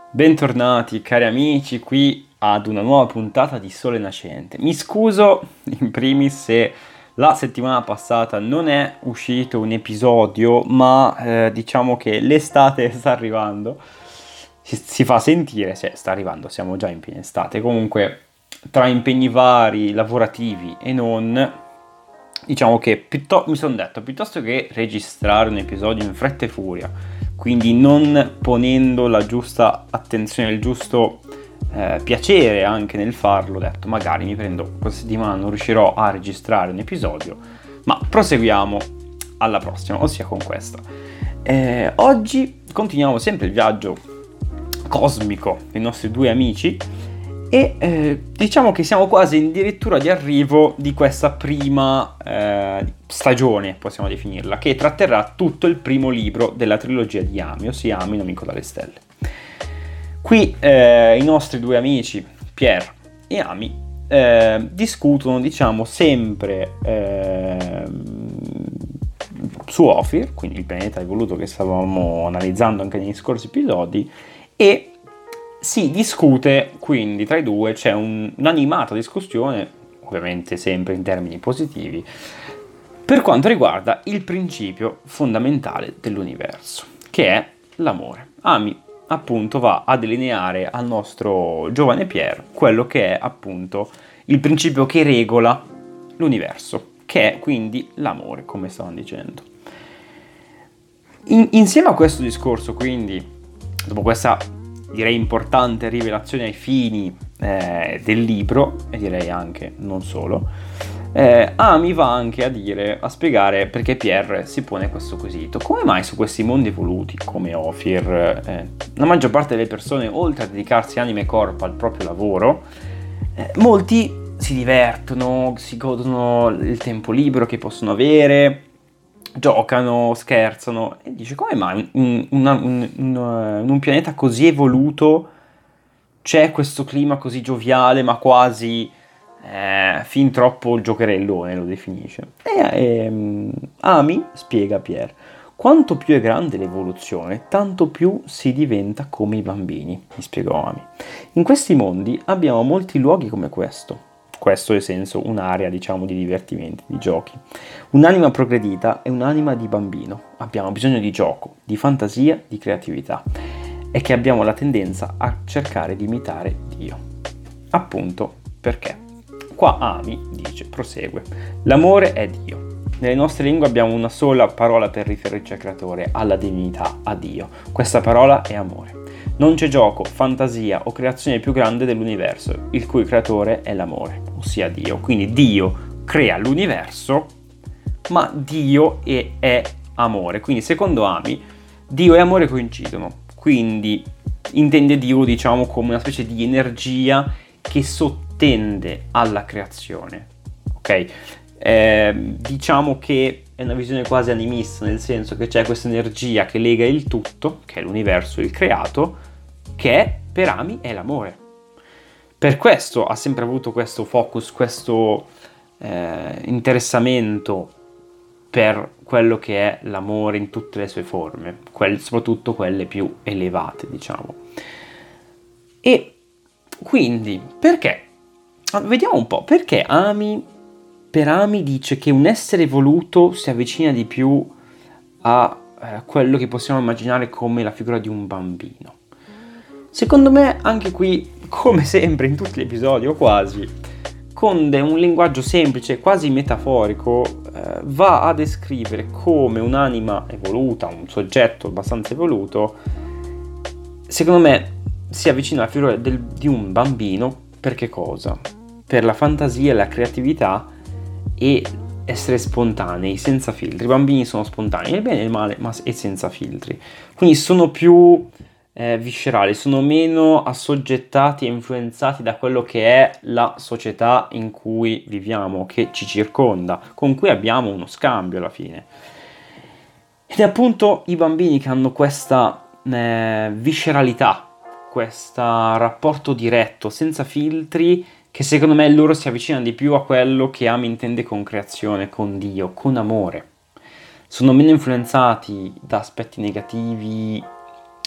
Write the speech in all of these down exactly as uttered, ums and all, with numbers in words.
Bentornati cari amici qui ad una nuova puntata di Sole Nascente. Mi scuso in primis se la settimana passata non è uscito un episodio, ma eh, diciamo che l'estate sta arrivando, si, si fa sentire, cioè sta arrivando, siamo già in piena estate. Comunque tra impegni vari, lavorativi e non, diciamo che piutto- mi sono detto, piuttosto che registrare un episodio in fretta e furia, quindi non ponendo la giusta attenzione, il giusto eh, piacere anche nel farlo, ho detto magari mi prendo questa settimana, non riuscirò a registrare un episodio, ma proseguiamo alla prossima, ossia con questa. Eh, oggi continuiamo sempre il viaggio cosmico dei nostri due amici e eh, diciamo che siamo quasi addirittura di arrivo di questa prima eh, stagione, possiamo definirla, che tratterrà tutto il primo libro della trilogia di Ami, ossia Ami, l'amico dalle stelle. Qui eh, i nostri due amici, Pierre e Ami, eh, discutono, diciamo, sempre eh, su Ophir, quindi il pianeta evoluto che stavamo analizzando anche negli scorsi episodi, e si discute, quindi tra i due c'è un, un'animata discussione, ovviamente sempre in termini positivi, per quanto riguarda il principio fondamentale dell'universo, che è l'amore. Ami appunto va a delineare al nostro giovane Pierre quello che è appunto il principio che regola l'universo, che è quindi l'amore, come stavano dicendo. In, insieme a questo discorso, quindi, dopo questa direi importante rivelazione ai fini eh, del libro, e direi anche non solo, eh, Ami va anche a dire, a spiegare perché Pierre si pone questo quesito: come mai su questi mondi evoluti come Ophir eh, la maggior parte delle persone, oltre a dedicarsi anima e corpo al proprio lavoro, eh, molti si divertono, si godono il tempo libero che possono avere, giocano, scherzano, e dice: come mai in, una, un, un, in un pianeta così evoluto c'è questo clima così gioviale, ma quasi eh, fin troppo giocherellone, lo definisce. E eh, Ami spiega a Pierre: quanto più è grande l'evoluzione, tanto più si diventa come i bambini, mi spiegò Ami. In questi mondi abbiamo molti luoghi come questo. Questo nel senso un'area, diciamo, di divertimenti, di giochi. Un'anima progredita è un'anima di bambino. Abbiamo bisogno di gioco, di fantasia, di creatività. E che abbiamo la tendenza a cercare di imitare Dio. Appunto perché qua Ami dice, prosegue: l'amore è Dio. Nelle nostre lingue abbiamo una sola parola per riferirci al creatore, alla divinità, a Dio. Questa parola è amore. Non c'è gioco, fantasia o creazione più grande dell'universo, il cui creatore è l'amore, ossia Dio. Quindi Dio crea l'universo, ma Dio è, è amore. Quindi secondo Ami, Dio e amore coincidono. Quindi intende Dio, diciamo, come una specie di energia che sottende alla creazione. Ok? Eh, diciamo che è una visione quasi animista, nel senso che c'è questa energia che lega il tutto, che è l'universo, il creato, che per Ami è l'amore. Per questo ha sempre avuto questo focus, questo eh, interessamento per quello che è l'amore in tutte le sue forme, quelle, soprattutto quelle più elevate, diciamo. E quindi, perché? Vediamo un po', perché Ami, per Ami dice che un essere evoluto si avvicina di più a eh, quello che possiamo immaginare come la figura di un bambino. Secondo me, anche qui, come sempre in tutti gli episodi, o quasi, con de- un linguaggio semplice, quasi metaforico, eh, va a descrivere come un'anima evoluta, un soggetto abbastanza evoluto, secondo me si avvicina alla figura del, di un bambino. Per che cosa? Per la fantasia e la creatività e essere spontanei, senza filtri. I bambini sono spontanei, nel bene e nel male, ma e senza filtri. Quindi sono più eh, viscerali, sono meno assoggettati e influenzati da quello che è la società in cui viviamo, che ci circonda, con cui abbiamo uno scambio alla fine. Ed è appunto i bambini che hanno questa eh, visceralità, questo rapporto diretto, senza filtri, che secondo me loro si avvicinano di più a quello che Ami intende con creazione, con Dio, con amore. Sono meno influenzati da aspetti negativi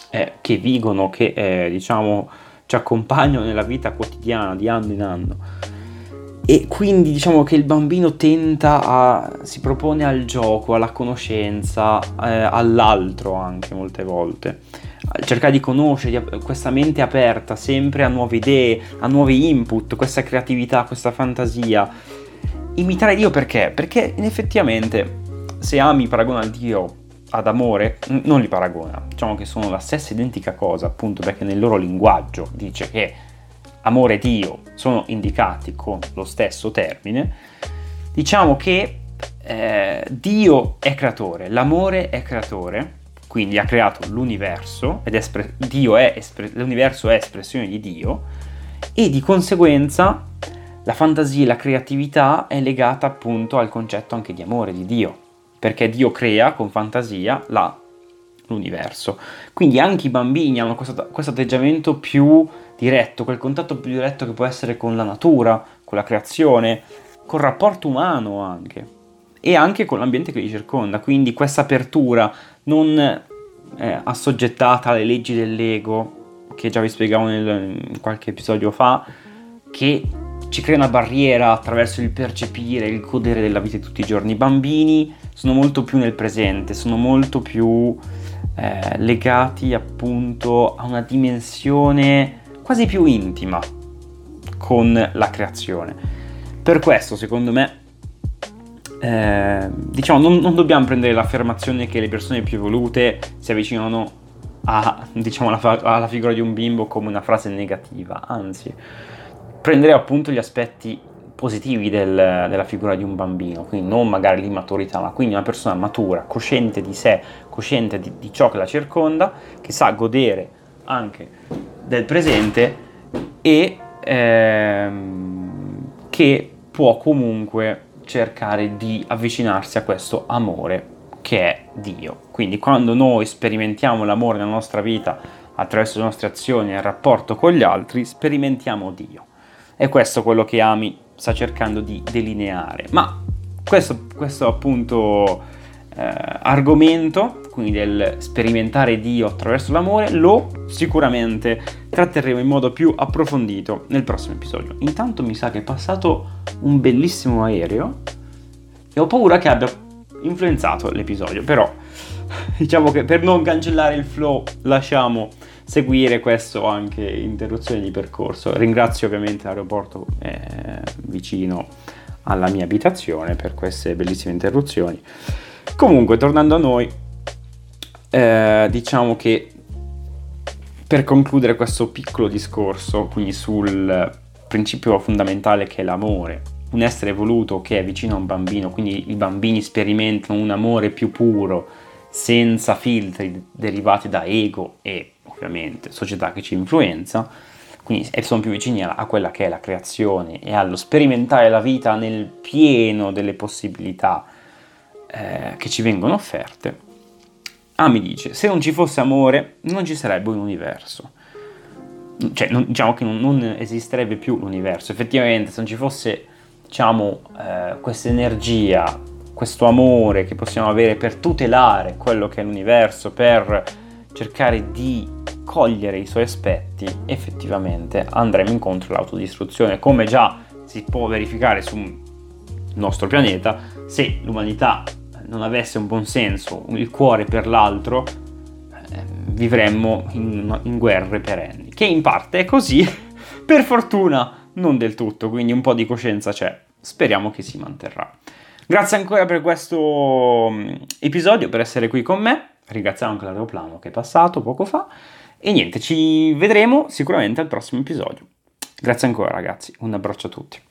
eh, che vigono, che eh, diciamo ci accompagnano nella vita quotidiana di anno in anno. E quindi diciamo che il bambino tenta a, si propone al gioco, alla conoscenza, eh, all'altro anche molte volte. Cercare di conoscere questa mente aperta sempre a nuove idee, a nuovi input, questa creatività, questa fantasia. Imitare Dio perché? Perché effettivamente se ami paragona il Dio ad amore, non li paragona. Diciamo che sono la stessa identica cosa, appunto perché nel loro linguaggio dice che amore e Dio sono indicati con lo stesso termine. Diciamo che eh, Dio è creatore, l'amore è creatore, quindi ha creato l'universo, ed espre- Dio è espre- l'universo è espressione di Dio, e di conseguenza la fantasia e la creatività è legata appunto al concetto anche di amore di Dio, perché Dio crea con fantasia la, l'universo. Quindi anche i bambini hanno questo, questo atteggiamento più diretto, quel contatto più diretto che può essere con la natura, con la creazione, col rapporto umano anche, e anche con l'ambiente che li circonda. Quindi questa apertura non eh, assoggettata alle leggi dell'ego, che già vi spiegavo nel, in qualche episodio fa, che ci crea una barriera attraverso il percepire, il godere della vita di tutti i giorni. I bambini sono molto più nel presente, sono molto più eh, legati appunto a una dimensione quasi più intima con la creazione. Per questo, secondo me, eh, diciamo, non, non dobbiamo prendere l'affermazione che le persone più evolute si avvicinano a, diciamo, alla, alla figura di un bimbo come una frase negativa, anzi, prendere appunto gli aspetti positivi del, della figura di un bambino, quindi non magari l'immaturità, ma quindi una persona matura, cosciente di sé, cosciente di, di ciò che la circonda, che sa godere anche del presente e ehm, che può comunque cercare di avvicinarsi a questo amore che è Dio. Quindi quando noi sperimentiamo l'amore nella nostra vita attraverso le nostre azioni e il rapporto con gli altri, sperimentiamo Dio. E questo è quello che Ami sta cercando di delineare. Ma questo, questo appunto eh, argomento, quindi del sperimentare Dio attraverso l'amore, lo sicuramente tratteremo in modo più approfondito nel prossimo episodio. Intanto mi sa che è passato un bellissimo aereo e ho paura che abbia influenzato l'episodio, però diciamo che per non cancellare il flow lasciamo seguire questo anche interruzione di percorso. Ringrazio ovviamente l'aeroporto eh, vicino alla mia abitazione per queste bellissime interruzioni. Comunque, tornando a noi, eh, diciamo che per concludere questo piccolo discorso, quindi sul principio fondamentale che è l'amore, un essere evoluto che è vicino a un bambino, quindi i bambini sperimentano un amore più puro, senza filtri derivati da ego e ovviamente società che ci influenza, quindi sono più vicini a quella che è la creazione e allo sperimentare la vita nel pieno delle possibilità eh, che ci vengono offerte. Ami dice, se non ci fosse amore non ci sarebbe un universo, cioè non, diciamo che non, non esisterebbe più l'universo. Effettivamente, se non ci fosse, diciamo, eh, questa energia, questo amore che possiamo avere per tutelare quello che è l'universo, per cercare di cogliere i suoi aspetti, effettivamente andremo incontro all'autodistruzione, come già si può verificare sul nostro pianeta. Se l'umanità non avesse un buon senso, il cuore per l'altro, eh, vivremmo in, in guerre perenni, che in parte è così, per fortuna non del tutto, quindi un po' di coscienza c'è, speriamo che si manterrà. Grazie ancora per questo episodio, per essere qui con me, ringraziamo anche l'aeroplano che è passato poco fa, e niente, ci vedremo sicuramente al prossimo episodio. Grazie ancora ragazzi, un abbraccio a tutti.